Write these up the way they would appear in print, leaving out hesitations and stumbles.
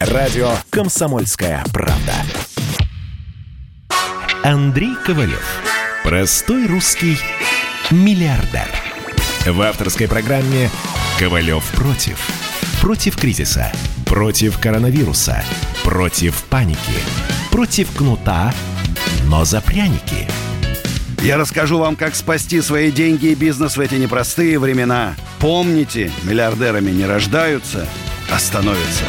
Радио «Комсомольская правда». Андрей Ковалев. Простой русский миллиардер. В авторской программе «Ковалев против». Против кризиса, против коронавируса, против паники, против кнута, но за пряники. Я расскажу вам, как спасти свои деньги и бизнес в эти непростые времена. Помните, миллиардерами не рождаются, а становятся.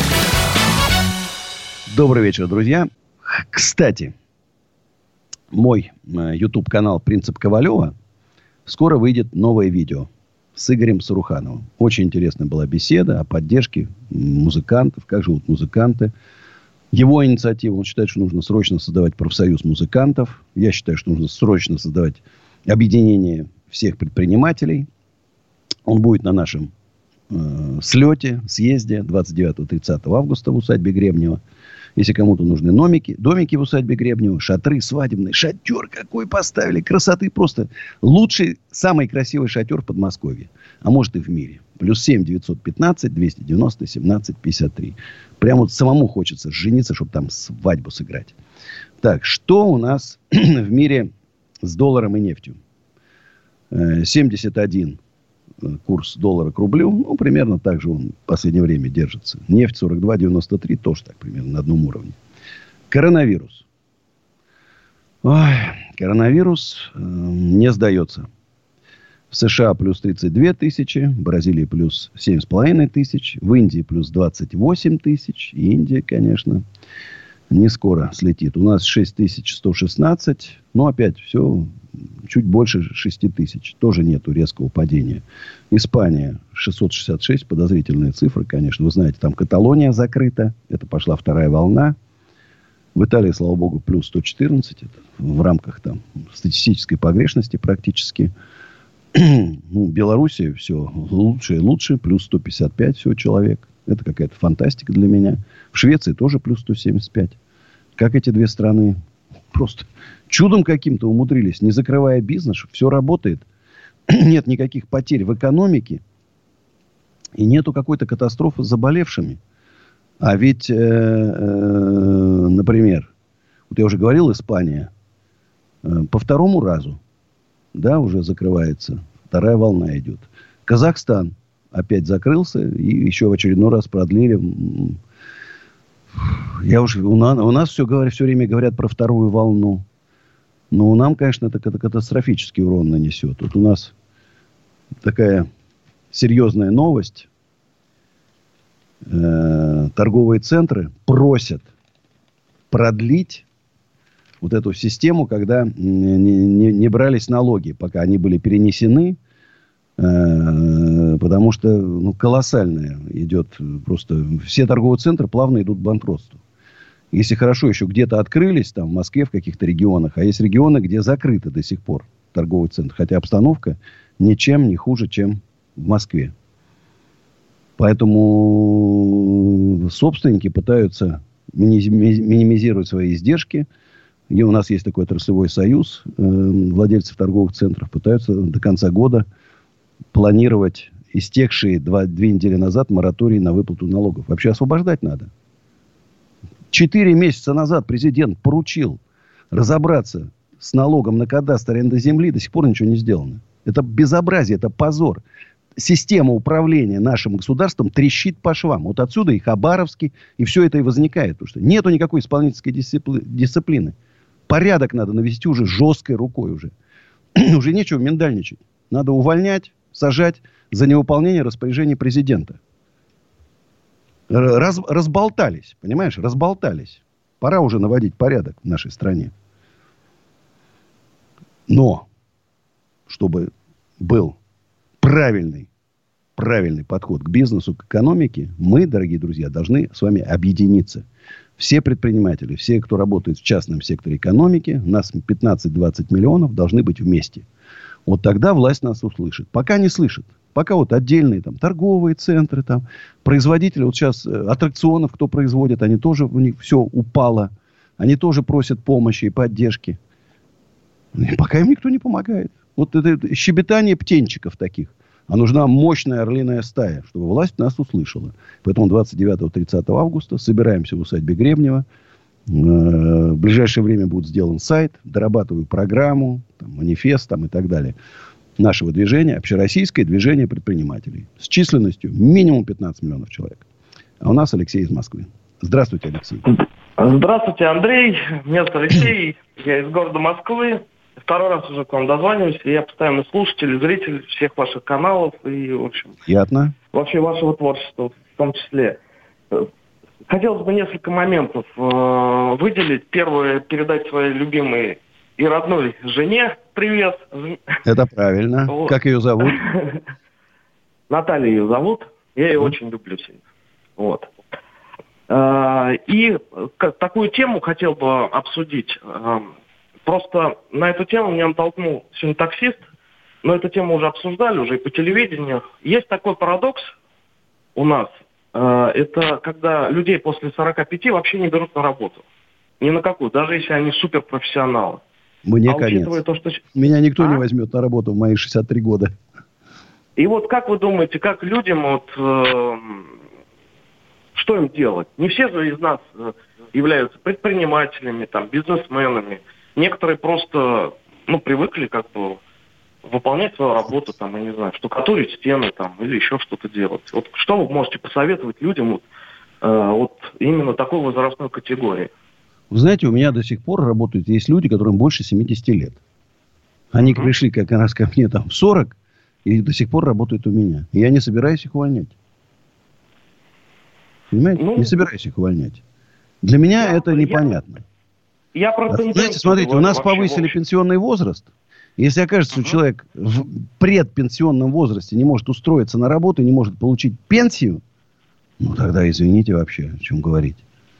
Добрый вечер, друзья. Кстати, мой YouTube-канал «Принцип Ковалева» скоро выйдет новое видео с Игорем Сарухановым. Очень интересная была беседа о поддержке музыкантов, как живут музыканты. Его инициатива, он считает, что нужно срочно создавать профсоюз музыкантов. Я считаю, что нужно срочно создавать объединение всех предпринимателей. Он будет на нашем слете, съезде 29-30 августа в усадьбе Гребнева. Если кому-то нужны домики в усадьбе Гребнева, шатры свадебные, шатер какой поставили, красоты просто. Лучший, самый красивый шатер в Подмосковье, а может и в мире. +7 915 290 17 53. Прямо вот самому хочется жениться, чтобы там свадьбу сыграть. Так, что у нас в мире с долларом и нефтью? 71 курс доллара к рублю. Ну, примерно так же он в последнее время держится. Нефть 42,93. Тоже так примерно на одном уровне. Коронавирус. Ой, коронавирус не сдается. В США плюс 32 тысячи. В Бразилии плюс 7,5 тысяч. В Индии плюс 28 тысяч. И Индия, конечно, не скоро слетит. У нас 6116. Но опять все чуть больше 6 тысяч. Тоже нету резкого падения. Испания 666. Подозрительная цифра, конечно. Вы знаете, там Каталония закрыта. Это пошла вторая волна. В Италии, слава богу, плюс 114. Это в рамках там статистической погрешности практически. Ну, в Беларуси все лучше и лучше. Плюс 155 всего человек. Это какая-то фантастика для меня. В Швеции тоже плюс 175. Как эти две страны просто чудом каким-то умудрились, не закрывая бизнес, все работает. Нет никаких потерь в экономике. И нету какой-то катастрофы с заболевшими. А ведь, например, вот я уже говорил, Испания по второму разу, да, уже закрывается. Вторая волна идет. Казахстан опять закрылся. И еще в очередной раз продлили. У нас все время говорят про вторую волну. Но нам, конечно, это катастрофический урон нанесет. Вот у нас такая серьезная новость. Торговые центры просят продлить вот эту систему, когда не брались налоги, пока они были перенесены. Потому что колоссальная идет просто... Все торговые центры плавно идут к банкротству. Если хорошо еще где-то открылись, там в Москве, в каких-то регионах, а есть регионы, где закрыты до сих пор торговый центр. Хотя обстановка ничем не хуже, чем в Москве. Поэтому собственники пытаются минимизировать свои издержки. И у нас есть такой отраслевой союз владельцев торговых центров. Пытаются до конца года планировать истекшие 2 недели назад мораторий на выплату налогов. Вообще освобождать надо. 4 месяца назад президент поручил разобраться с налогом на кадастр аренды земли. До сих пор ничего не сделано. Это безобразие, это позор. Система управления нашим государством трещит по швам. Вот отсюда и Хабаровский, и все это и возникает. Потому что нету никакой исполнительской дисциплины. Порядок надо навести уже жесткой рукой уже. Уже нечего миндальничать. Надо увольнять, сажать за невыполнение распоряжений президента. Разболтались, понимаешь? Разболтались. Пора уже наводить порядок в нашей стране. Но, чтобы был правильный подход к бизнесу, к экономике, мы, дорогие друзья, должны с вами объединиться. Все предприниматели, все, кто работает в частном секторе экономики, нас 15-20 миллионов, должны быть вместе. Вот тогда власть нас услышит. Пока не слышит. Пока вот отдельные там торговые центры, там производители, вот сейчас аттракционов, кто производит, они тоже, у них все упало. Они тоже просят помощи и поддержки. И пока им никто не помогает. Вот это щебетание птенчиков таких. А нужна мощная орлиная стая, чтобы власть нас услышала. Поэтому 29-30 августа собираемся в усадьбе Гребнева. В ближайшее время будет сделан сайт. Дорабатываю программу, там, манифест там, и так далее. Нашего движения, общероссийское движение предпринимателей. С численностью минимум 15 миллионов человек. А у нас Алексей из Москвы. Здравствуйте, Алексей. Здравствуйте, Андрей. Меня зовут Алексей. Я из города Москвы. Второй раз уже к вам дозваниваюсь. И я постоянный слушатель, зритель всех ваших каналов. И, в общем, приятно. Вообще вашего творчества в том числе. Хотелось бы несколько моментов выделить. Первое, передать своей любимой и родной жене привет. Это правильно. Вот. Как ее зовут? Наталья ее зовут. Я ее очень люблю сильно. Вот. И такую тему хотел бы обсудить. Просто на эту тему меня натолкнул сегодня таксист, но эту тему уже обсуждали, уже и по телевидению. Есть такой парадокс у нас. Это когда людей после 45 вообще не берут на работу. Ни на какую, даже если они суперпрофессионалы. Мне конец. То, что... Меня никто не возьмет на работу в мои 63 года. И вот как вы думаете, как людям что им делать? Не все же из нас являются предпринимателями, там, бизнесменами. Некоторые просто, привыкли как бы выполнять свою работу, там, я не знаю, штукатурить стены, там, или еще что-то делать. Вот что вы можете посоветовать людям вот именно такой возрастной категории? Вы знаете, у меня до сих пор есть люди, которым больше 70 лет. Они пришли как раз ко мне там в 40 и до сих пор работают у меня. И я не собираюсь их увольнять. Понимаете? Не собираюсь их увольнять. Для меня это непонятно. Я просто не знаете, смотрите, у нас повысили пенсионный возраст. Если окажется, что человек в предпенсионном возрасте не может устроиться на работу, не может получить пенсию, тогда извините вообще, о чем говорить.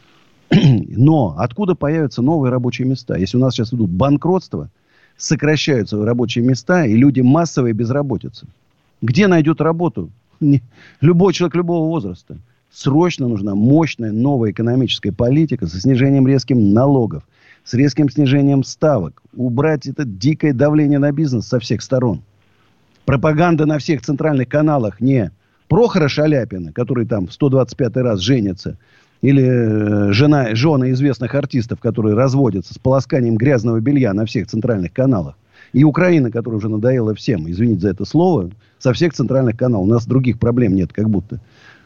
Но откуда появятся новые рабочие места? Если у нас сейчас идут банкротства, сокращаются рабочие места, и люди массовая безработица. Где найдет работу? Любой человек любого возраста. Срочно нужна мощная новая экономическая политика со снижением резким налогов, с резким снижением ставок. Убрать это дикое давление на бизнес со всех сторон. Пропаганда на всех центральных каналах не Прохора Шаляпина, который там в 125-й раз женится, или жены известных артистов, которые разводятся с полосканием грязного белья на всех центральных каналах. И Украина, которая уже надоела всем, извините за это слово, со всех центральных каналов. У нас других проблем нет, как будто.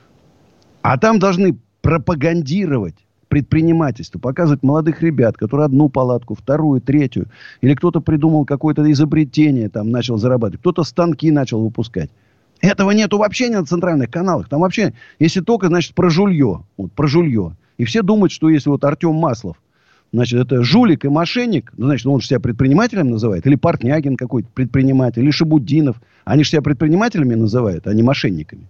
А там должны пропагандировать предпринимательство, показывать молодых ребят, которые одну палатку, вторую, третью. Или кто-то придумал какое-то изобретение, там начал зарабатывать. Кто-то станки начал выпускать. Этого нету вообще на центральных каналах. Там вообще, если только, значит, про жулье. Вот, про жулье. И все думают, что если вот Артем Маслов, значит, это жулик и мошенник, значит, он же себя предпринимателем называет. Или Портнягин какой-то предприниматель, или Шабуддинов. Они же себя предпринимателями называют, а не мошенниками.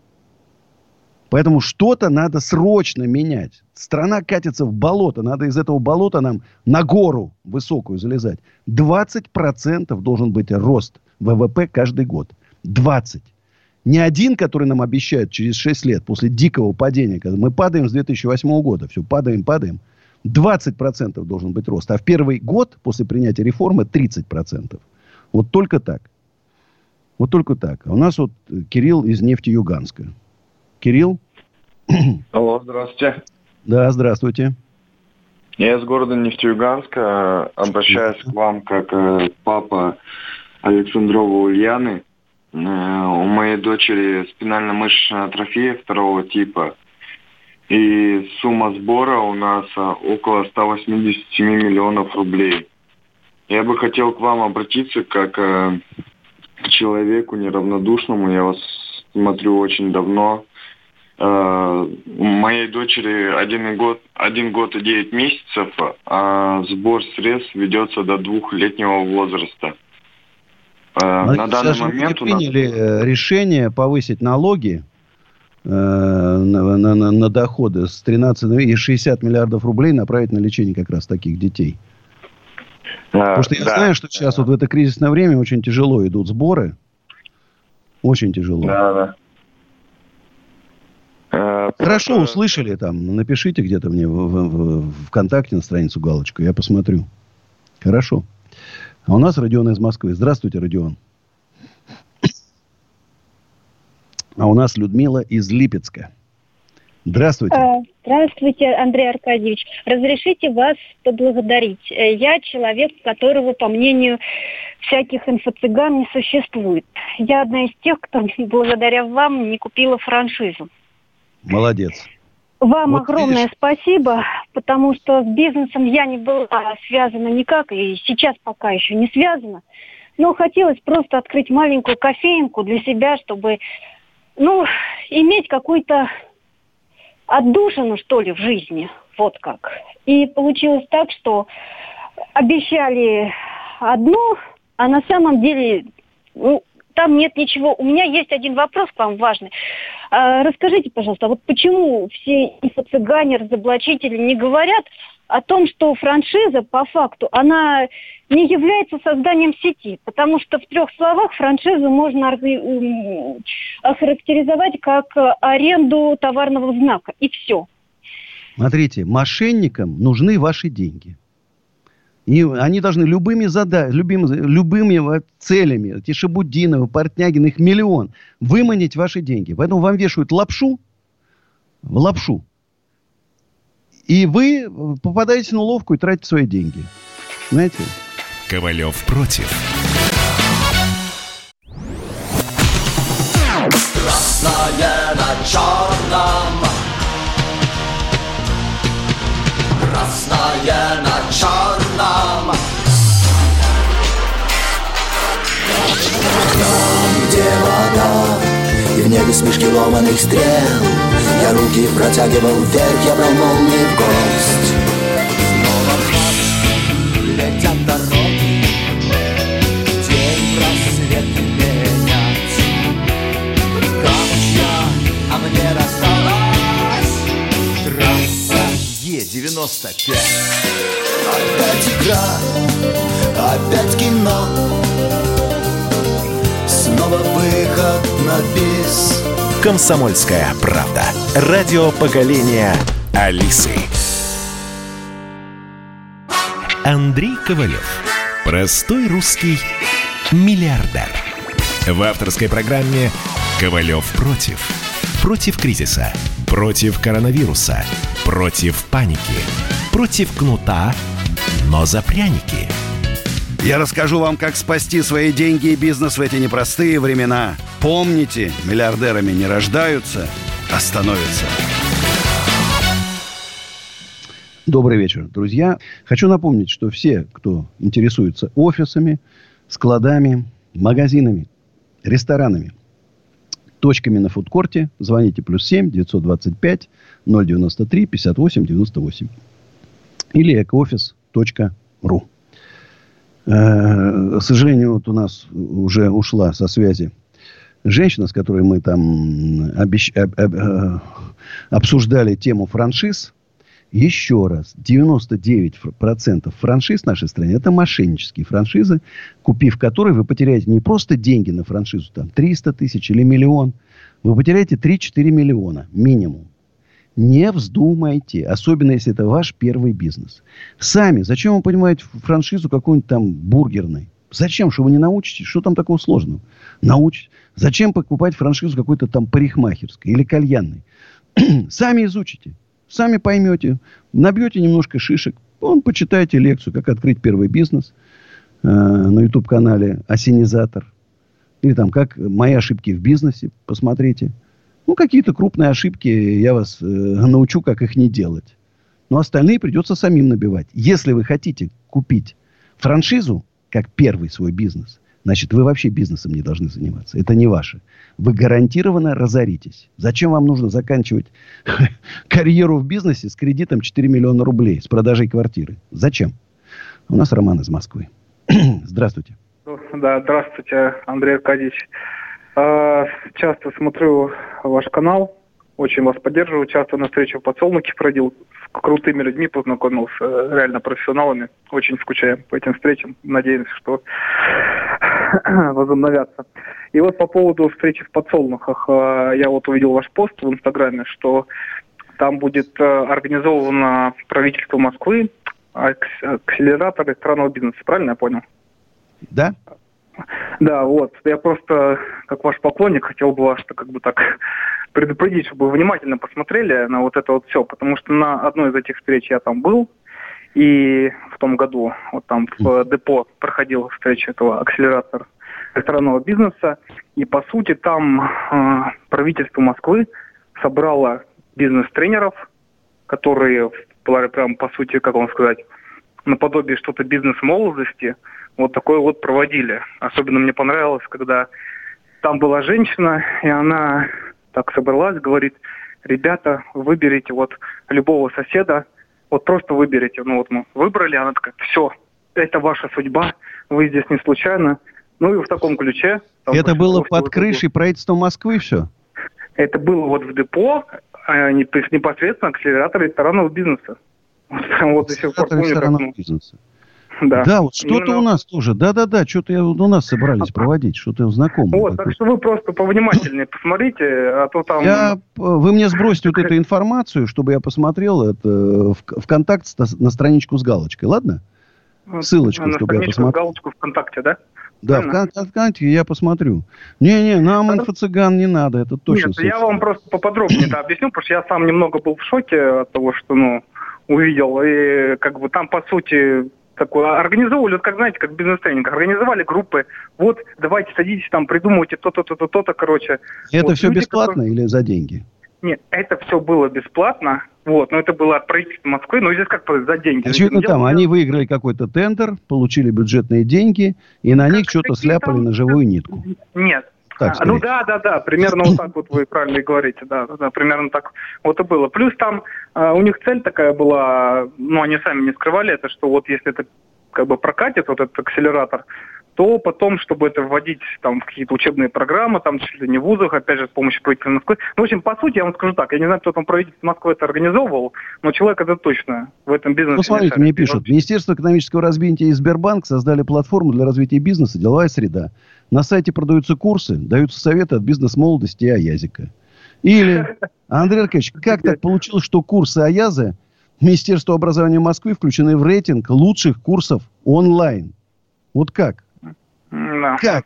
Поэтому что-то надо срочно менять. Страна катится в болото. Надо из этого болота нам на гору высокую залезать. 20% должен быть рост ВВП каждый год. 20%. Не один, который нам обещают через 6 лет после дикого падения. Когда мы падаем с 2008 года. Все, падаем. 20% должен быть рост. А в первый год после принятия реформы 30%. Вот только так. Вот только так. А у нас вот Кирилл из Нефтеюганска. Кирилл? Алло, здравствуйте. Да, здравствуйте. Я из города Нефтеюганска. Обращаюсь к вам как папа Александрова Ульяны. У моей дочери спинально-мышечная атрофия 2 типа. И сумма сбора у нас около 187 миллионов рублей. Я бы хотел к вам обратиться как к человеку неравнодушному. Я вас смотрю очень давно. У моей дочери 1 год и 9 месяцев, а сбор средств ведется до 2-летнего возраста. На данный момент у нас... приняли решение повысить налоги на доходы с 13 и 60 миллиардов рублей направить на лечение как раз таких детей. Потому что я знаю, что сейчас вот в это кризисное время очень тяжело идут сборы. Очень тяжело. Да. Хорошо, услышали там. Напишите где-то мне в ВКонтакте на страницу галочку. Я посмотрю. Хорошо. А у нас Родион из Москвы. Здравствуйте, Родион. А у нас Людмила из Липецка. Здравствуйте. Здравствуйте, Андрей Аркадьевич. Разрешите вас поблагодарить. Я человек, которого, по мнению всяких инфо-цыган, не существует. Я одна из тех, кто благодаря вам не купила франшизу. Молодец. Вам Вот огромное спасибо, потому что с бизнесом я не была связана никак, и сейчас пока еще не связана. Но хотелось просто открыть маленькую кофейнку для себя, чтобы, иметь какую-то отдушину, что ли, в жизни. Вот как. И получилось так, что обещали одно, а на самом деле, там нет ничего. У меня есть один вопрос к вам важный. Расскажите, пожалуйста, вот почему все инфо-цыгане, разоблачители не говорят о том, что франшиза, по факту, она не является созданием сети, потому что в 3 словах франшизу можно охарактеризовать как аренду товарного знака, и все. Смотрите, мошенникам нужны ваши деньги. И они должны любыми целями, эти Шабудиновы, Портнягин, их миллион, выманить ваши деньги. Поэтому вам вешают лапшу в лапшу. И вы попадаете на уловку и тратите свои деньги. Знаете? Ковалев против. Красное на черном. Красное на черном. Там, где вода, и в небе смешки ломаных стрел, я руки протягивал вверх, я брал молнии в гость. Снова в ночь летят дороги, день просвет менять. Камушья, а мне досталась трасса Е-95. Опять игра, опять кино, снова выход на бис. «Комсомольская правда». Радио поколения Алисы. Андрей Ковалев. Простой русский миллиардер. В авторской программе «Ковалев против». Против кризиса. Против коронавируса. Против паники. Против кнута, но за пряники. Я расскажу вам, как спасти свои деньги и бизнес в эти непростые времена. Помните, миллиардерами не рождаются, а становятся. Добрый вечер, друзья. Хочу напомнить, что все, кто интересуется офисами, складами, магазинами, ресторанами, точками на фудкорте, звоните +7 925 093 58 98 или ecooffice.ru. К сожалению, вот у нас уже ушла со связи женщина, с которой мы там обсуждали тему франшиз. Еще раз, 99% франшиз в нашей стране — это мошеннические франшизы, купив которые, вы потеряете не просто деньги на франшизу, там 300 тысяч или миллион, вы потеряете 3-4 миллиона минимум. Не вздумайте, особенно если это ваш первый бизнес. Сами, зачем вы понимаете франшизу какой-нибудь там бургерной? Зачем? Что вы не научитесь? Что там такого сложного? Научитесь. Зачем покупать франшизу какой-то там парикмахерской или кальянной? Сами изучите. Сами поймете. Набьете немножко шишек. Почитайте лекцию, как открыть первый бизнес на YouTube-канале «Осенизатор». Или там, как «Мои ошибки в бизнесе». Посмотрите. Какие-то крупные ошибки я вас научу, как их не делать. Но остальные придется самим набивать. Если вы хотите купить франшизу, как первый свой бизнес, значит, вы вообще бизнесом не должны заниматься. Это не ваше. Вы гарантированно разоритесь. Зачем вам нужно заканчивать карьеру в бизнесе с кредитом 4 миллиона рублей, с продажей квартиры? Зачем? У нас Роман из Москвы. Здравствуйте. Да, здравствуйте, Андрей Аркадьевич. Часто смотрю ваш канал, очень вас поддерживаю, часто на встречу в Подсолнухе проводил, с крутыми людьми познакомился, реально профессионалами. Очень скучаем по этим встречам, надеемся, что возобновятся. И вот по поводу встречи в Подсолнухах, я вот увидел ваш пост в Инстаграме, что там будет организовано правительство Москвы акселератор ресторанного бизнеса, правильно я понял? Да. Да, вот. Я просто, как ваш поклонник, хотел бы вас как бы так предупредить, чтобы вы внимательно посмотрели на вот это вот все, потому что на одной из этих встреч я там был, и в том году вот там в депо проходила встреча этого акселератора ресторанного бизнеса, и по сути там правительство Москвы собрало бизнес-тренеров, которые прям по сути, как вам сказать, наподобие что-то бизнес-молодости, вот такое вот проводили. Особенно мне понравилось, когда там была женщина, и она так собралась, говорит: ребята, выберите вот любого соседа, вот просто выберите. Ну вот мы выбрали, она такая: все, это ваша судьба, вы здесь не случайно. Ну и в таком ключе. Это было под крышей правительства Москвы все? Это было вот в депо, то есть непосредственно акселератор ресторанного бизнеса. Вот до сих пор помню, как... бизнеса. Да, вот что-то именно... у нас тоже. Да-да-да, что-то у нас собрались проводить, что-то знакомое. Вот, так что вы просто повнимательнее посмотрите, а то там... Вы мне сбросите вот эту информацию, чтобы я посмотрел это ВКонтакте на страничку с галочкой, ладно? Ссылочку, чтобы я посмотрел. На страничку с галочку ВКонтакте, да? Да, ВКонтакте я посмотрю. Не-не, нам инфо-цыган не надо, это точно. Нет, я вам просто поподробнее объясню, потому что я сам немного был в шоке от того, что, увидел. И как бы там, по сути, такое организовывали, как, знаете, как бизнес-тренинг. Организовали группы. Вот, давайте садитесь там, придумывайте то-то, то-то, то-то, короче. Это вот, все люди, бесплатно или за деньги? Нет, это все было бесплатно. Вот, но это было от правительства Москвы, но здесь как за деньги. Очевидно, там они выиграли какой-то тендер, получили бюджетные деньги, и на них что-то сляпали на живую нитку. Нет. Да, примерно вот так вот вы правильно и говорите, да, примерно так вот и было. Плюс там у них цель такая была, они сами не скрывали это, что вот если это как бы прокатит, вот этот акселератор, то потом, чтобы это вводить там в какие-то учебные программы, там чуть ли не в вузах, опять же, с помощью правительства Москвы. В общем, по сути, я вам скажу так, я не знаю, кто там правительство Москвы это организовывал, но человек это точно в этом бизнесе. Смотрите, мне пишут, Министерство экономического развития и Сбербанк создали платформу для развития бизнеса «Деловая среда». На сайте продаются курсы, даются советы от бизнес-молодости и Аязика. Или, Андрей Аркадьевич, как так получилось, что курсы Аяза Министерства образования Москвы включены в рейтинг лучших курсов онлайн? Вот как? Да. Как?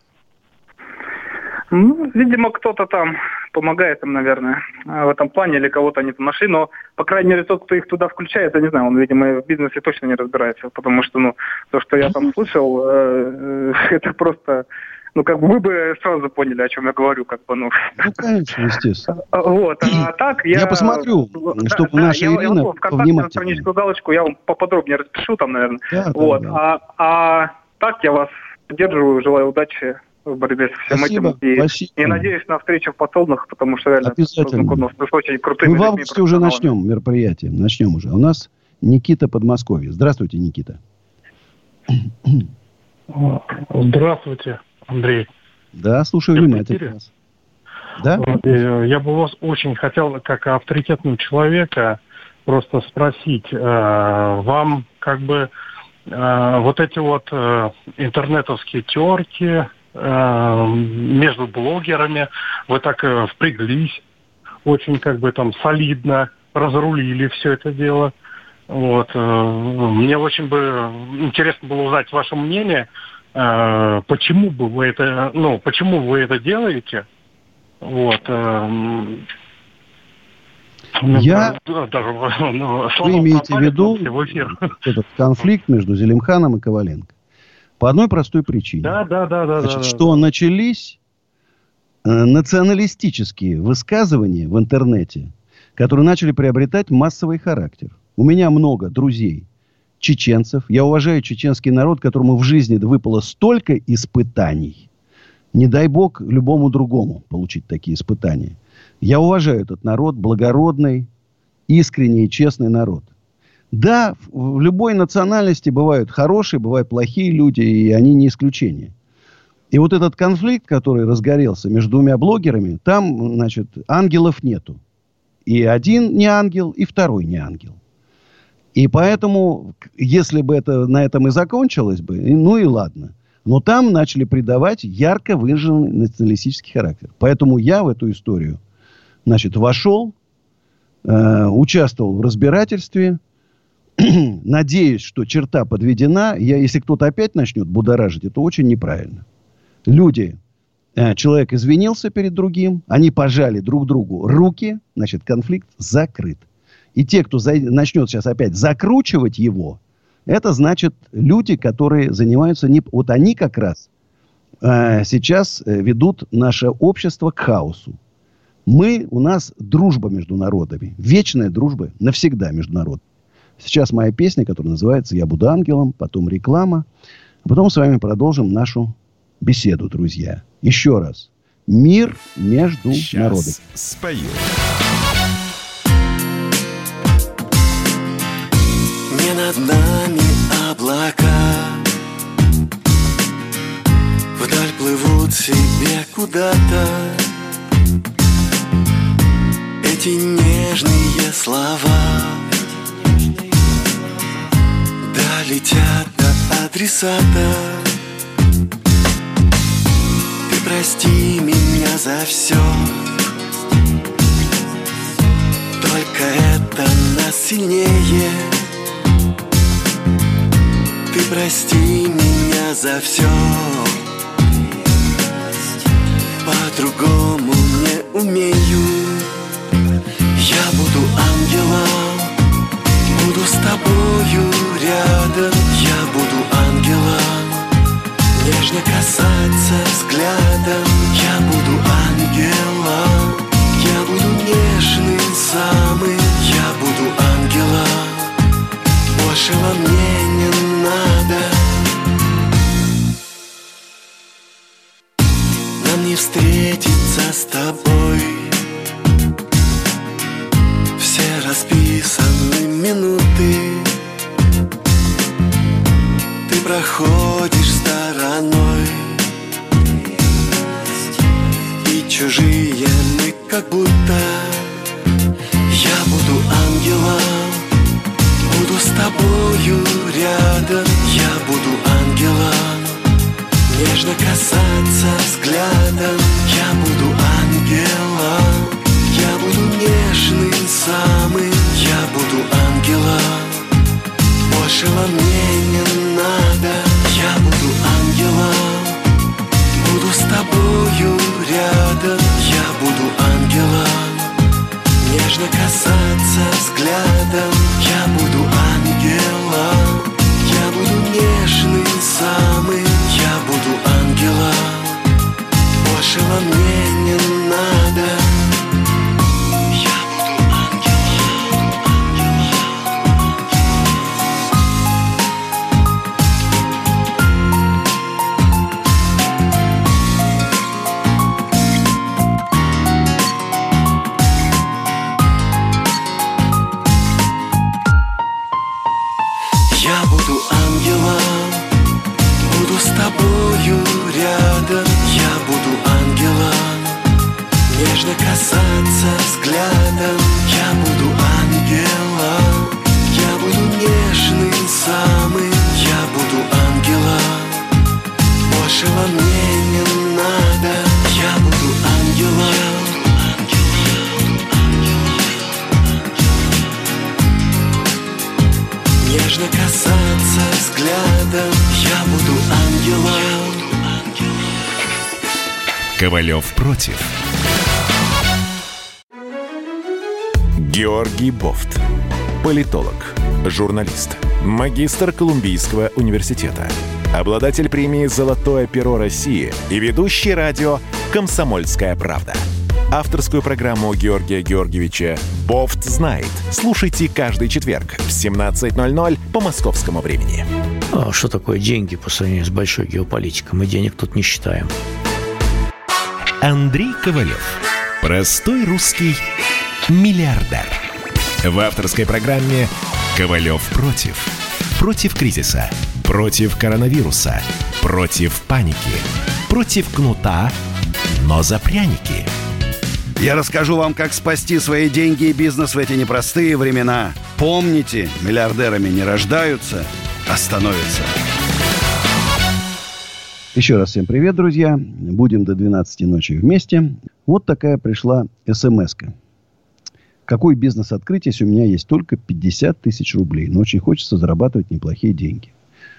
Видимо, кто-то там помогает им, наверное, в этом плане, или кого-то они там нашли, но, по крайней мере, тот, кто их туда включает, я не знаю, он, видимо, в бизнесе точно не разбирается, потому что, то, что я там слышал, это просто... как бы вы бы сразу поняли, о чем я говорю, как бы, конечно, естественно. Вот, а так я... Я посмотрю, чтобы наша Ирина повнимательнее. На страничку галочку я вам поподробнее распишу там, наверное. Да. А так я вас поддерживаю, желаю удачи в борьбе со всем этим. И надеюсь на встречу в подсолнухах, потому что реально обязательно. С очень крутыми Мы в августе уже начнем мероприятие. Начнем уже. У нас Никита Подмосковье. Здравствуйте, Никита. Здравствуйте, Андрей. Да, слушаю внимательно. Да? Я бы вас очень хотел, как авторитетного человека, просто спросить, вам как бы вот эти вот интернетовские терки между блогерами, вы так впряглись, очень как бы там солидно разрулили все это дело. Вот. Мне очень бы интересно было узнать ваше мнение, почему вы это делаете? Вот. Вы имеете в виду этот конфликт между Зелимханом и Коваленко? По одной простой причине. Да. Что начались националистические высказывания в интернете, которые начали приобретать массовый характер. У меня много друзей чеченцев. Я уважаю чеченский народ, которому в жизни выпало столько испытаний. Не дай бог любому другому получить такие испытания. Я уважаю этот народ, благородный, искренний и честный народ. Да, в любой национальности бывают хорошие, бывают плохие люди, и они не исключение. И вот этот конфликт, который разгорелся между двумя блогерами, там, значит, ангелов нету. И один не ангел, и второй не ангел. И поэтому, если бы это на этом и закончилось бы, ну и ладно. Но там начали придавать ярко выраженный националистический характер. Поэтому я в эту историю, значит, вошел, участвовал в разбирательстве. Надеюсь, что черта подведена. Если кто-то опять начнет будоражить, это очень неправильно. Человек извинился перед другим, они пожали друг другу руки, значит, конфликт закрыт. И те, кто начнет сейчас опять закручивать его, это значит люди, которые занимаются... Вот они как раз сейчас ведут наше общество к хаосу. У нас дружба между народами. Вечная дружба навсегда между народами. Сейчас моя песня, которая называется «Я буду ангелом», потом реклама. А потом с вами продолжим нашу беседу, друзья. Еще раз. Мир между народами. Спою. Не над нами облака, вдаль плывут себе куда-то эти нежные слова, долетят до адресата. Ты прости меня за все, только это нас сильнее. Ты прости меня за все, по-другому не умею. Я буду ангелом, буду с тобою рядом. Я буду ангелом, нежно касаться взглядом. Я буду ангелом, я буду нежным самым. Я буду ангелом, большего мне не надо. Нам не встретиться с тобой, все расписаны минуты. Ты проходишь стороной, и чужие мы как будто. Я буду ангелом, буду с тобою рядом. Я буду ангелом, нежно касаться взглядом. Я буду ангелом, я буду нежным самым. Я буду ангелом, большего мне не надо. Я буду ангелом, буду с тобою рядом. Я буду ангелом, нежно касаться взглядом. Я буду ангелом, я буду нежным самым. Я буду ангелом, большего мне не надо. Я буду ангелом, буду с тобою рядом. Я буду ангелом, нежно касаться взглядом. Я буду ангелом, я буду нежным самым. Я буду ангелом, большего мне не надо. Я буду ангелом. Нежно касаться взглядом. Я буду ангелом. Ковалев против. Георгий Бофт. Политолог, журналист, магистр Колумбийского университета, обладатель премии «Золотое перо России» и ведущий радио «Комсомольская правда». Авторскую программу Георгия Георгиевича «Бофт знает». Слушайте каждый четверг в 17:00 по московскому времени. Что такое деньги по сравнению с большой геополитикой? Мы денег тут не считаем. Андрей Ковалев. Простой русский миллиардер. В авторской программе «Ковалев против». Против кризиса, против коронавируса, против паники, против кнута, но за пряники. Я расскажу вам, как спасти свои деньги и бизнес в эти непростые времена. Помните, миллиардерами не рождаются, а становятся. Еще раз всем привет, друзья. Будем до 12 ночи вместе. Вот такая пришла смс-ка. Какой бизнес открыть, если у меня есть только 50 тысяч рублей? Но очень хочется зарабатывать неплохие деньги.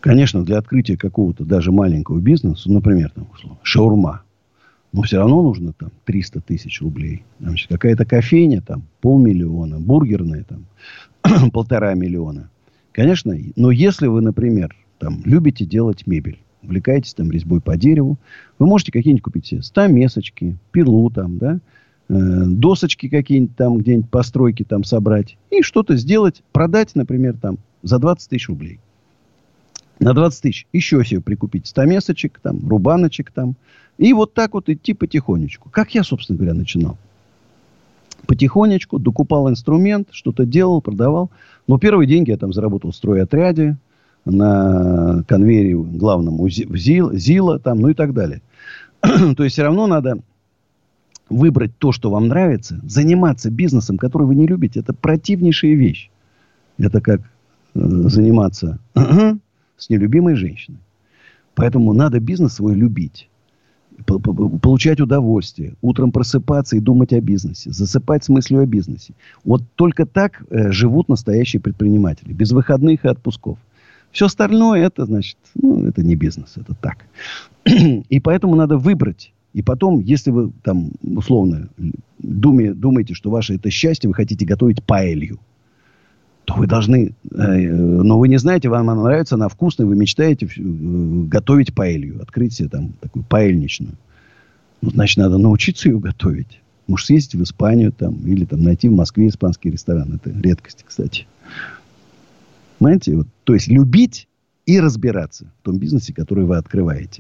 Конечно, для открытия какого-то даже маленького бизнеса, например, там, шаурма, но все равно нужно там 300 тысяч рублей. Значит, какая-то кофейня, там, 500 000, бургерная, там, 1,5 миллиона. Конечно, но если вы, например, там, любите делать мебель, увлекаетесь там резьбой по дереву, вы можете какие-нибудь купить себе стамесочки, пилу там, да, досочки какие-нибудь там, где-нибудь постройки там собрать и что-то сделать, продать, например, там, за 20 тысяч рублей. На 20 тысяч еще себе прикупить стамесочек, там, рубаночек там. И вот так вот идти потихонечку. Как я, собственно говоря, начинал. Потихонечку докупал инструмент, что-то делал, продавал. Но первые деньги я там заработал в стройотряде, на конвейере главном в ЗИЛа, там, ну и так далее. То есть все равно надо выбрать то, что вам нравится. Заниматься бизнесом, который вы не любите, это противнейшая вещь. Это как заниматься с нелюбимой женщиной. Поэтому надо бизнес свой любить. Получать удовольствие. Утром просыпаться и думать о бизнесе. Засыпать с мыслью о бизнесе. Вот только так живут настоящие предприниматели. Без выходных и отпусков. Все остальное, это, значит, ну, это не бизнес. Это так. И поэтому надо выбрать. И потом, если вы там, условно, думаете, что ваше это счастье, вы хотите готовить паэлью, то вы должны... но вы не знаете, вам она нравится, она вкусная, вы мечтаете готовить паэлью. Открыть себе там такую паэльничную. Ну, значит, надо научиться ее готовить. Может, съездить в Испанию там, или там найти в Москве испанский ресторан. Это редкость, кстати. Понимаете? Вот, то есть, любить и разбираться в том бизнесе, который вы открываете.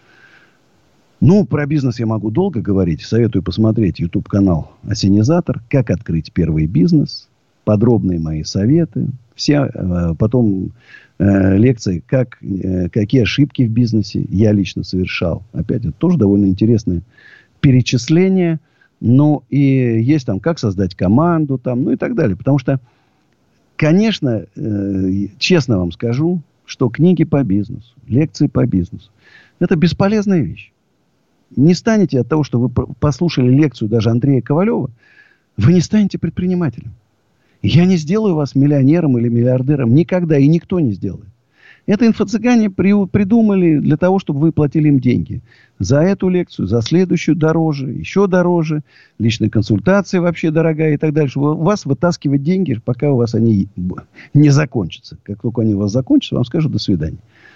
Ну, про бизнес я могу долго говорить. Советую посмотреть YouTube-канал «Осенизатор». Как открыть первый бизнес. Подробные мои советы. Все, потом лекции, какие ошибки в бизнесе я лично совершал. Опять, это тоже довольно интересное перечисление. Ну, и есть там, как создать команду, там, ну и так далее. Потому что, конечно, честно вам скажу, что книги по бизнесу, лекции по бизнесу, это бесполезная вещь. Не станете от того, что вы послушали лекцию даже Андрея Ковалева, вы не станете предпринимателем. Я не сделаю вас миллионером или миллиардером. Никогда. И никто не сделает. Это инфо-цыгане придумали для того, чтобы вы платили им деньги. За эту лекцию, за следующую дороже, еще дороже. Личная консультация вообще дорогая и так далее. Чтобы у вас вытаскивать деньги, пока у вас они не закончатся. Как только они у вас закончатся, вам скажут до свидания.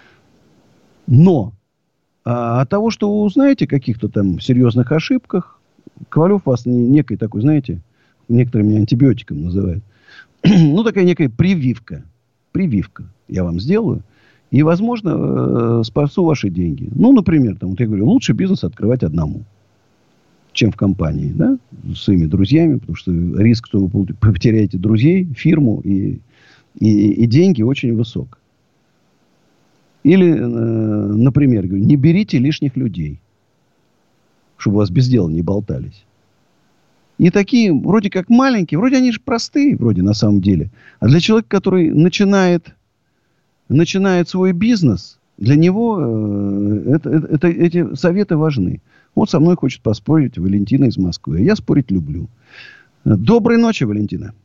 Но от того, что вы узнаете о каких-то там серьезных ошибках, Ковалев вас некой такой, знаете, некоторые меня антибиотиком называют. Ну, такая некая прививка. Прививка я вам сделаю. И, возможно, спасу ваши деньги. Ну, например, там, вот я говорю, лучше бизнес открывать одному, чем в компании, да, с своими друзьями. Потому что риск, что вы потеряете друзей, фирму и деньги очень высок. Или, например, говорю, не берите лишних людей, чтобы у вас без дела не болтались. И такие, вроде как маленькие, вроде они же простые, вроде на самом деле. А для человека, который начинает свой бизнес, для него эти советы важны. Вот со мной хочет поспорить Валентина из Москвы. Я спорить люблю. Доброй ночи, Валентина.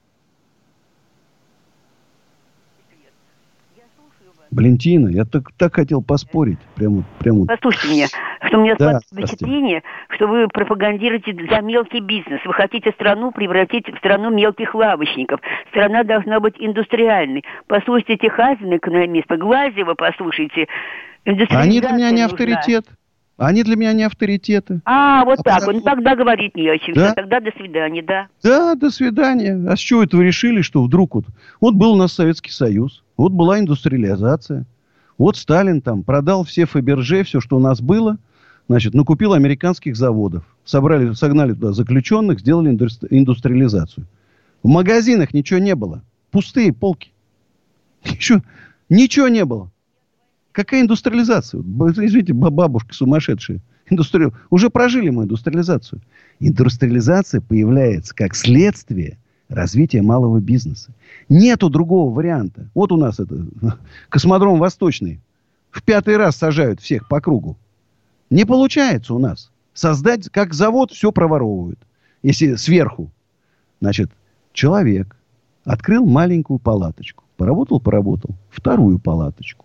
Валентина, я так хотел поспорить. Прямо. Послушайте меня, что у меня складывается впечатление, что вы пропагандируете за мелкий бизнес. Вы хотите страну превратить в страну мелких лавочников. Страна должна быть индустриальной. Послушайте Техасина, экономиста, Глазьева послушайте. Они для меня не авторитет. Они для меня не авторитеты. Вот так. Ну, тогда говорить не о чем. Да? Тогда до свидания, да? Да, до свидания. А с чего это вы решили, что вдруг вот был у нас Советский Союз, вот была индустриализация, вот Сталин там продал все Фаберже, все, что у нас было, значит, накупил американских заводов, согнали туда заключенных, сделали индустриализацию. В магазинах ничего не было. Пустые полки. Ничего не было. Какая индустриализация? Извините, бабушки сумасшедшие. Уже прожили мы индустриализацию. Индустриализация появляется как следствие развития малого бизнеса. Нету другого варианта. Вот у нас космодром Восточный. В 5-й раз сажают всех по кругу. Не получается у нас. Создать, как завод, все проворовывают. Если сверху. Значит, человек открыл маленькую палаточку. Поработал. Вторую палаточку.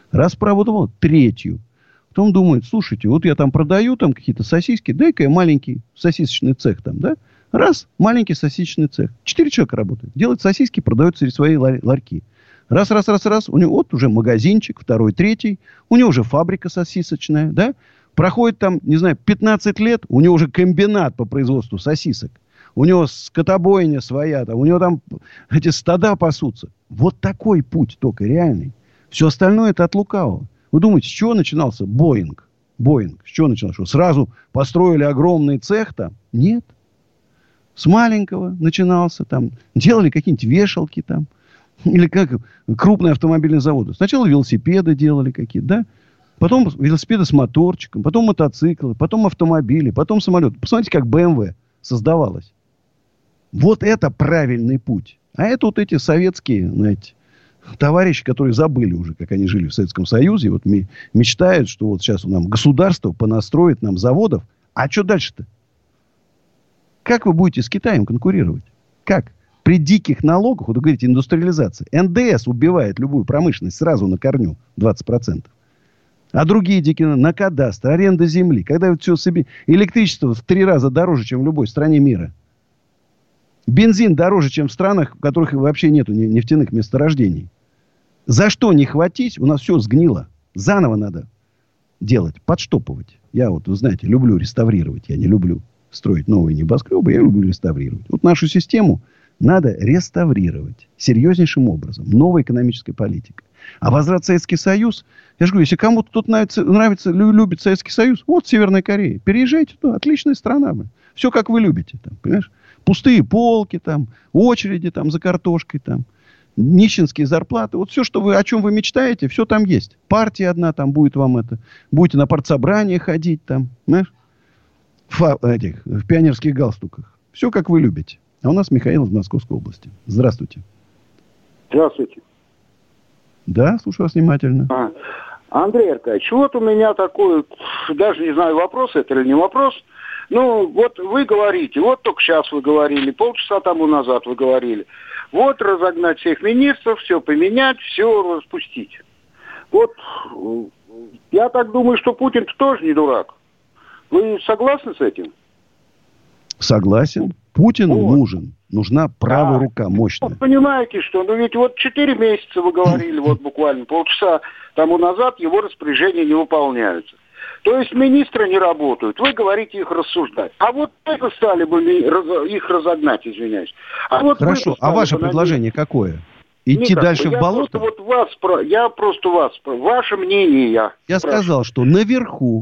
Раз проработал, третью. Потом думает, слушайте, вот я там продаю там какие-то сосиски, дай-ка я маленький сосисочный цех там, да? Раз, маленький сосисочный цех. 4 человека работают. Делают сосиски, продают через свои ларьки. Раз. У него вот уже магазинчик, второй, третий. У него уже фабрика сосисочная, да? Проходит там, не знаю, 15 лет, у него уже комбинат по производству сосисок. У него скотобойня своя, там, у него там эти стада пасутся. Вот такой путь только реальный. Все остальное это от лукавого. Вы думаете, с чего начинался Боинг? С чего начинался? Что сразу построили огромный цех там? Нет. С маленького начинался там. Делали какие-нибудь вешалки там. Или как крупные автомобильные заводы. Сначала велосипеды делали какие-то, да? Потом велосипеды с моторчиком. Потом мотоциклы. Потом автомобили. Потом самолеты. Посмотрите, как BMW создавалась. Вот это правильный путь. А это вот эти советские, знаете, товарищи, которые забыли уже, как они жили в Советском Союзе. Вот мечтают, что вот сейчас нам государство понастроит нам заводов. А что дальше-то? Как вы будете с Китаем конкурировать? Как? При диких налогах, вот вы говорите, индустриализация. НДС убивает любую промышленность сразу на корню 20%. А другие дикие на кадастр, аренда земли. Когда вот все себе... Электричество в 3 раза дороже, чем в любой стране мира. Бензин дороже, чем в странах, в которых вообще нету нефтяных месторождений. За что не хватись, у нас все сгнило. Заново надо делать, подштопывать. Я вот, вы знаете, люблю реставрировать. Я не люблю строить новые небоскребы, я люблю реставрировать. Вот нашу систему надо реставрировать серьезнейшим образом. Новая экономическая политика. А возврат в Советский Союз, я же говорю, если кому-то тут нравится, любит Советский Союз, вот Северная Корея, переезжайте туда, отличная страна. Все как вы любите, там, понимаешь? Пустые полки, там, очереди там, за картошкой, там, нищенские зарплаты. Вот все, что о чем вы мечтаете, все там есть. Партия одна там будет вам это. Будете на партсобрание ходить там, знаешь? В пионерских галстуках. Все, как вы любите. А у нас Михаил из Московской области. Здравствуйте. Здравствуйте. Да, слушаю вас внимательно. Андрей Аркадьевич, вот у меня такой, даже не знаю, вопрос это или не вопрос. Ну, вот вы говорите, вот только сейчас вы говорили, полчаса тому назад вы говорили. Вот разогнать всех министров, все поменять, все распустить. Вот я так думаю, что Путин тоже не дурак. Вы согласны с этим? Согласен. Путину нужна правая рука мощная. Вот понимаете, что, ну ведь вот 4 месяца вы говорили, вот буквально полчаса тому назад его распоряжения не выполняются. То есть министры не работают. Вы говорите их рассуждать. А вот это стали бы их разогнать, извиняюсь. А вот хорошо, а ваше предложение какое? Идти дальше в болото? Я просто вас, ваше мнение я сказал, что наверху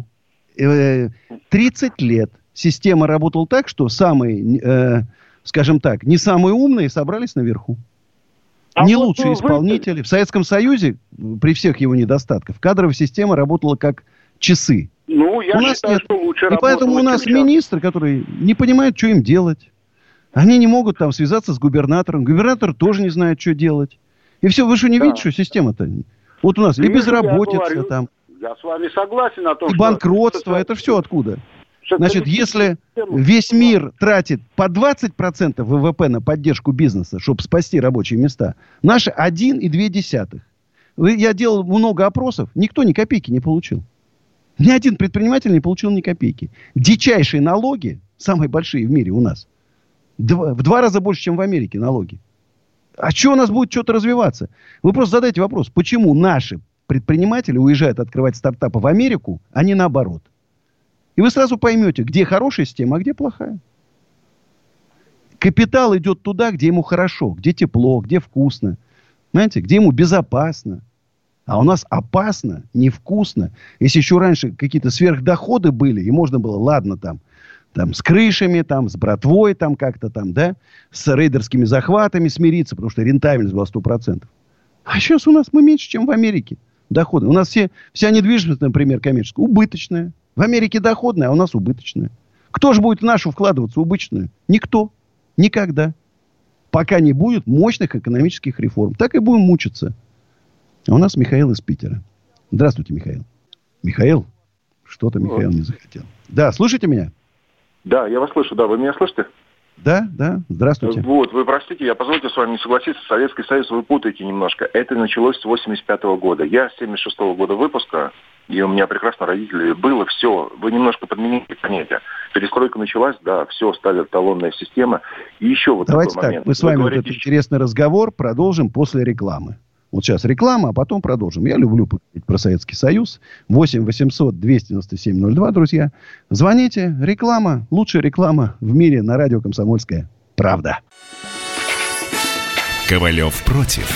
30 лет система работала так, что самые, скажем так, не самые умные собрались наверху. Не лучшие исполнители. В Советском Союзе, при всех его недостатках, кадровая система работала как часы. Ну, я считаю, что лучше работала. И поэтому у нас министры, которые не понимают, что им делать. Они не могут там связаться с губернатором. Губернатор тоже не знает, что делать. И все, вы что не видите, что система-то? Вот у нас и безработица там. Я с вами согласен о том, и банкротство, это все откуда? Значит, если весь мир тратит по 20% ВВП на поддержку бизнеса, чтобы спасти рабочие места, наши 1,2. Я делал много опросов, никто ни копейки не получил. Ни один предприниматель не получил ни копейки. Дичайшие налоги, самые большие в мире у нас, в 2 раза больше, чем в Америке налоги. А что у нас будет что-то развиваться? Вы просто задайте вопрос, почему наши предприниматели уезжают открывать стартапы в Америку, а не наоборот. И вы сразу поймете, где хорошая система, а где плохая. Капитал идет туда, где ему хорошо, где тепло, где вкусно. Знаете, где ему безопасно. А у нас опасно, невкусно. Если еще раньше какие-то сверхдоходы были, и можно было, ладно, там с крышами, там, с братвой, там как-то там, да, с рейдерскими захватами смириться, потому что рентабельность была 100%. А сейчас у нас мы меньше, чем в Америке доходы. У нас вся недвижимость, например, коммерческая, убыточная. В Америке доходная, а у нас убыточная. Кто же будет в нашу вкладываться убыточную? Никто. Никогда. Пока не будет мощных экономических реформ. Так и будем мучиться. А у нас Михаил из Питера. Здравствуйте, Михаил. Михаил? Что-то Михаил не захотел. Да, слышите меня? Да, я вас слышу. Да, вы меня слышите? Да, здравствуйте. Вот, вы простите, я позвольте с вами не согласиться, Советский Союз вы путаете немножко. Это началось с 85 года. Я с 76 года выпуска, и у меня прекрасно родители было все. Вы немножко подмените понятие. Перестройка началась, да, все, стали талонная система. И еще вот давайте такой так, момент. мы с вами говорите... этот интересный разговор продолжим после рекламы. Вот сейчас реклама, а потом продолжим. Я люблю поговорить про Советский Союз. 8 800 297 02, друзья. Звоните. Реклама. Лучшая реклама в мире на радио «Комсомольская правда». Ковалев против.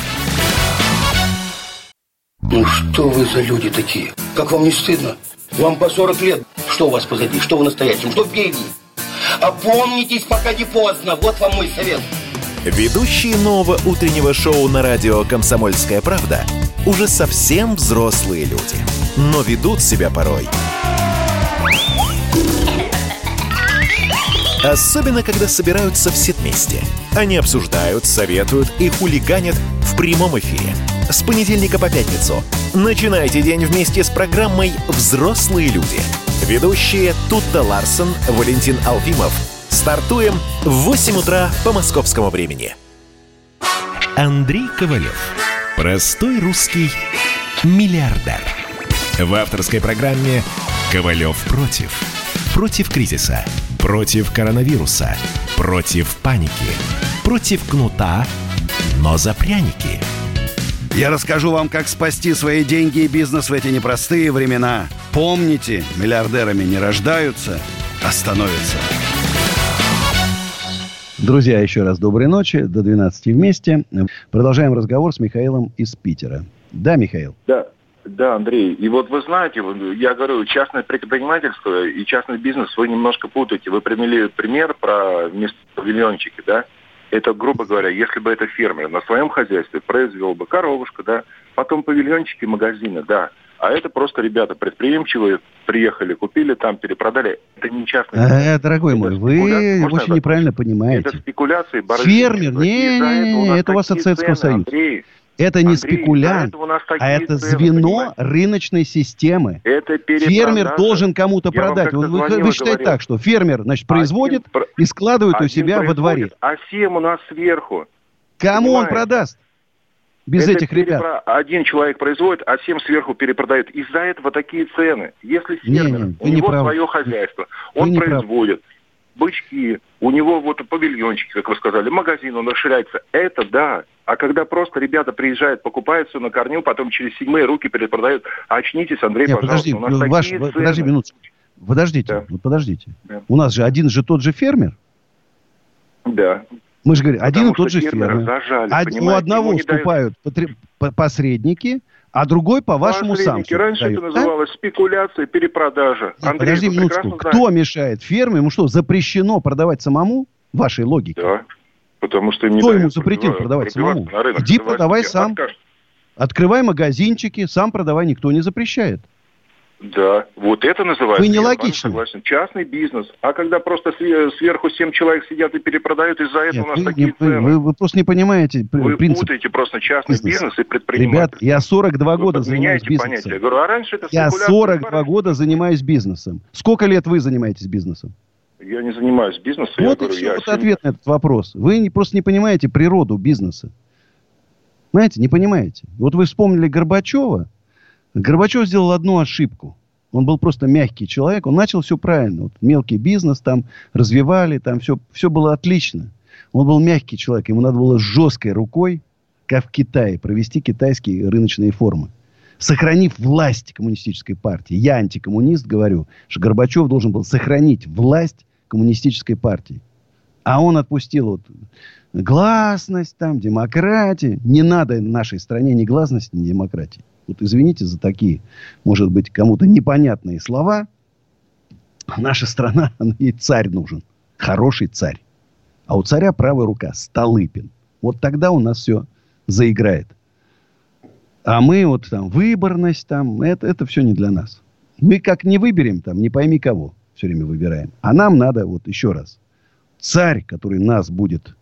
Ну что вы за люди такие? Как вам не стыдно? Вам по 40 лет. Что у вас позади? Что в настоящем? Что впереди? Опомнитесь, пока не поздно. Вот вам мой совет. Ведущие нового утреннего шоу на радио «Комсомольская правда» уже совсем взрослые люди, но ведут себя порой. Особенно, когда собираются все вместе. Они обсуждают, советуют и хулиганят в прямом эфире. С понедельника по пятницу. Начинайте день вместе с программой «Взрослые люди». Ведущие Тутта Ларсон, Валентин Алфимов. Стартуем в 8 утра по московскому времени. Андрей Ковалев. Простой русский миллиардер. В авторской программе «Ковалев против». Против кризиса. Против коронавируса. Против паники. Против кнута, но за пряники. Я расскажу вам, как спасти свои деньги и бизнес в эти непростые времена. Помните, миллиардерами не рождаются, а становятся. Друзья, еще раз доброй ночи. До 12 вместе. Продолжаем разговор с Михаилом из Питера. Да, Михаил? Да, Андрей. И вот вы знаете, я говорю, частное предпринимательство и частный бизнес вы немножко путаете. Вы привели пример про вместо павильончики, да? Это, грубо говоря, если бы это фермер на своем хозяйстве произвел бы коровушку, да, потом павильончики, магазины, да. А это просто ребята предприимчивые, приехали, купили там, перепродали. Это не частный. Дорогой мой, вы очень неправильно понимаете. Это спекуляции, фермер, это у вас от Советского Союза. Это не спекулянт, а это звено рыночной системы. Фермер должен кому-то продать. Вы считаете так, что фермер, значит, производит и складывает у себя во дворе. А 7 у нас сверху. Кому он продаст? Без этих ребят. Один человек производит, а 7 сверху перепродает. Из-за этого такие цены. Если фермер, у него свое хозяйство, он производит бычки, у него вот павильончики, как вы сказали, магазин, он расширяется. Это да. А когда просто ребята приезжают, покупают все на корню, потом через 7 руки перепродают. Очнитесь, Андрей, пожалуйста. Подожди минутку. Подождите. Да. У нас же один же тот же фермер. Да. Мы же говорим, один и тот же фермер. У одного уступают посредники, а другой по вашему самому. Раньше это называлось спекуляция, перепродажа. Андрей, подожди минутку. Кто мешает ферме? Ему что, запрещено продавать самому? Вашей логике. Да. Потому что им не Кто ему запретил продавать самому? Иди продавай сам. Открывай магазинчики, сам продавай, никто не запрещает. Да, вот это называется. Вы нелогичны. Частный бизнес. А когда просто сверху 7 человек сидят и перепродают, из-за этого у нас такие цены. Вы просто не понимаете принцип. Вы путаете просто частный бизнес и предпринимательство. Ребят, я 42 года занимаюсь бизнесом. Я говорю, а раньше это я 42 года занимаюсь бизнесом. Сколько лет вы занимаетесь бизнесом? Я не занимаюсь бизнесом. Вот и все, вот ответ на этот вопрос. Вы просто не понимаете природу бизнеса. Знаете, не понимаете. Вот вы вспомнили Горбачева. Горбачев сделал одну ошибку. Он был просто мягкий человек. Он начал все правильно. Вот мелкий бизнес там развивали. Там все было отлично. Он был мягкий человек. Ему надо было жесткой рукой, как в Китае, провести китайские рыночные формы. Сохранив власть коммунистической партии. Я антикоммунист говорю, что Горбачев должен был сохранить власть коммунистической партии. А он отпустил вот гласность, там, демократию. Не надо нашей стране ни гласности, ни демократии. Вот извините за такие, может быть, кому-то непонятные слова. Наша страна, ей царь нужен. Хороший царь. А у царя правая рука Столыпин. Вот тогда у нас все заиграет. А мы вот там выборность, там, это все не для нас. Мы как не выберем, там, не пойми кого все время выбираем. А нам надо, вот еще раз, царь, который нас будет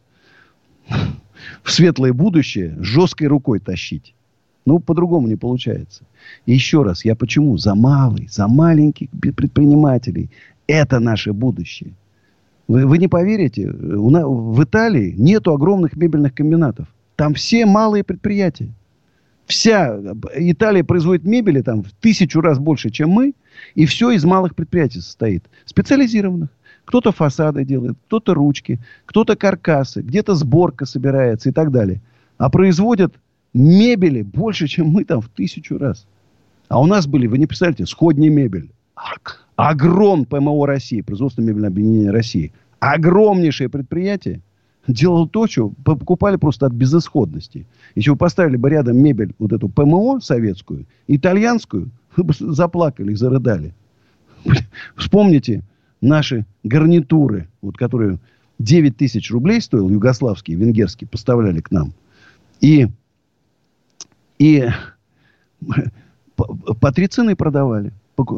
в светлое будущее жесткой рукой тащить. Ну, по-другому не получается. И еще раз, я почему? За малых, за маленьких предпринимателей. Это наше будущее. Вы не поверите, в Италии нету огромных мебельных комбинатов. Там все малые предприятия. Вся Италия производит мебели там в 1000 раз больше, чем мы. И все из малых предприятий состоит. Специализированных. Кто-то фасады делает, кто-то ручки, кто-то каркасы, где-то сборка собирается и так далее. А производят мебели больше, чем мы там в 1000 раз. А у нас были, вы не представляете, сходни мебель. Огром ПМО России, производство мебельного объединения России. Огромнейшее предприятие делало то, что покупали просто от безысходности. Если вы поставили бы рядом мебель, вот эту ПМО советскую, итальянскую, вы бы заплакали и зарыдали. Вспомните наши гарнитуры, вот, которые 9 тысяч рублей стоил, югославские, венгерские, поставляли к нам. И по 3 цены продавали.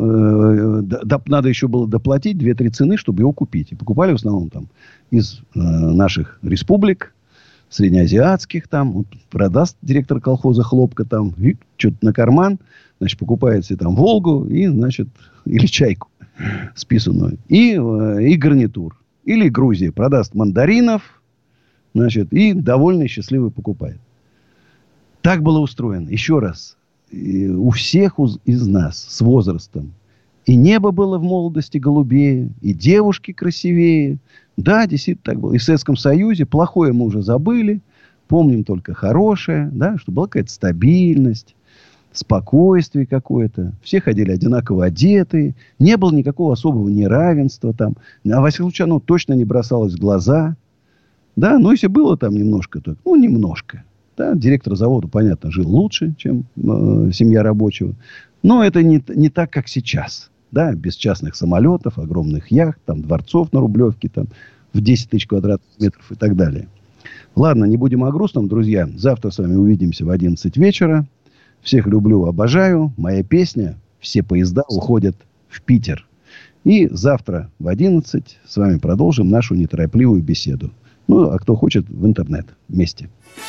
Надо еще было доплатить 2-3 цены, чтобы его купить. И покупали в основном там из наших республик, среднеазиатских там. Вот, продаст директор колхоза хлопка там, что-то на карман, значит, покупает себе там Волгу и, значит, или чайку списанную. И гарнитур. Или Грузия продаст мандаринов, значит, и довольный, счастливый покупает. Так было устроено. Еще раз. У всех из нас с возрастом. И небо было в молодости голубее, и девушки красивее. Да, действительно так было. И в Советском Союзе плохое мы уже забыли. Помним только хорошее, да, что была какая-то стабильность, спокойствие какое-то. Все ходили одинаково одетые. Не было никакого особого неравенства там. А во всяком случае, оно точно не бросалось в глаза. Да, ну, если было там немножко, то, ну, немножко. Да, директор завода, понятно, жил лучше, чем семья рабочего. Но это не так, как сейчас. Да, без частных самолетов, огромных яхт, там, дворцов на Рублевке, там, в 10 тысяч квадратных метров и так далее. Ладно, не будем о грустном, друзья. Завтра с вами увидимся в 11 вечера. Всех люблю, обожаю. Моя песня «Все поезда уходят в Питер». И завтра в 11 с вами продолжим нашу неторопливую беседу. Ну, а кто хочет, в интернет вместе.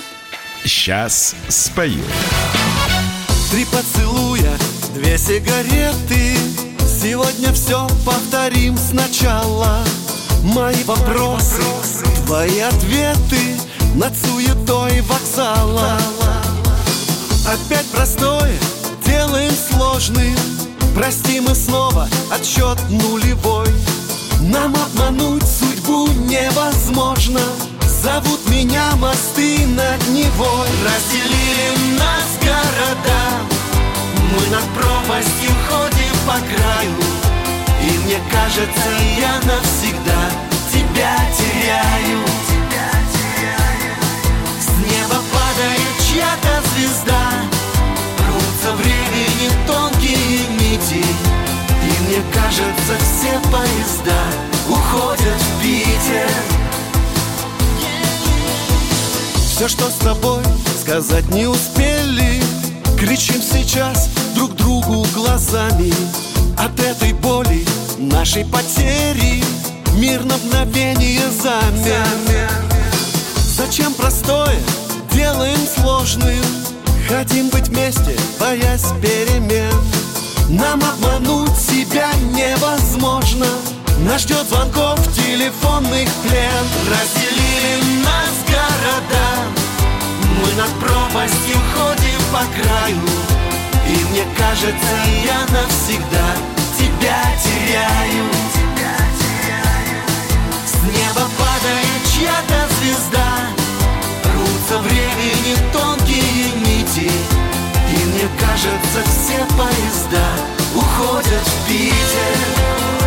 Сейчас спою. 3 поцелуя, 2 сигареты. Сегодня все повторим сначала. Мои вопросы, твои ответы над суетой вокзала. Опять простое делаем сложным. Прости, мы снова отсчет нулевой. Нам обмануть судьбу невозможно. Зовут меня мосты над Невой. Разделили нас города. Мы над пропастью ходим по краю. И мне кажется, я навсегда тебя теряю. С неба падает чья-то звезда. Рвутся времени тонкие нити. И мне кажется, все поезда уходят в Питер. Все, что с тобой сказать не успели, кричим сейчас друг другу глазами. От этой боли, нашей потери, мир на мгновение замер. Зачем простое делаем сложным? Хотим быть вместе, боясь перемен. Нам обмануть себя невозможно. Нас ждет звонков телефонных плен. Разделили нас города. Мы над пропастью ходим по краю. И мне кажется, я навсегда тебя теряю. С неба падает чья-то звезда. Рвутся времени тонкие нити. И мне кажется, все поезда уходят в Питер.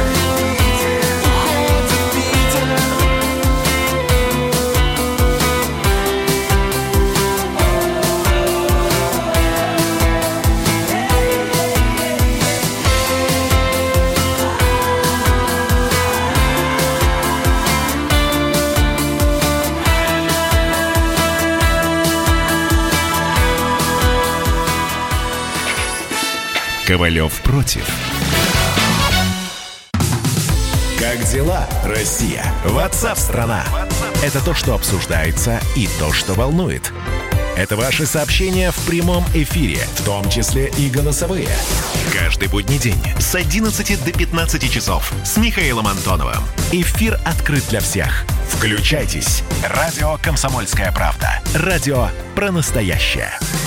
Ковалев против. Как дела, Россия? WhatsApp-страна! Это то, что обсуждается, и то, что волнует. Это ваши сообщения в прямом эфире, в том числе и голосовые. Каждый будний день с 11 до 15 часов с Михаилом Антоновым. Эфир открыт для всех. Включайтесь. Радио «Комсомольская правда». Радио про настоящее.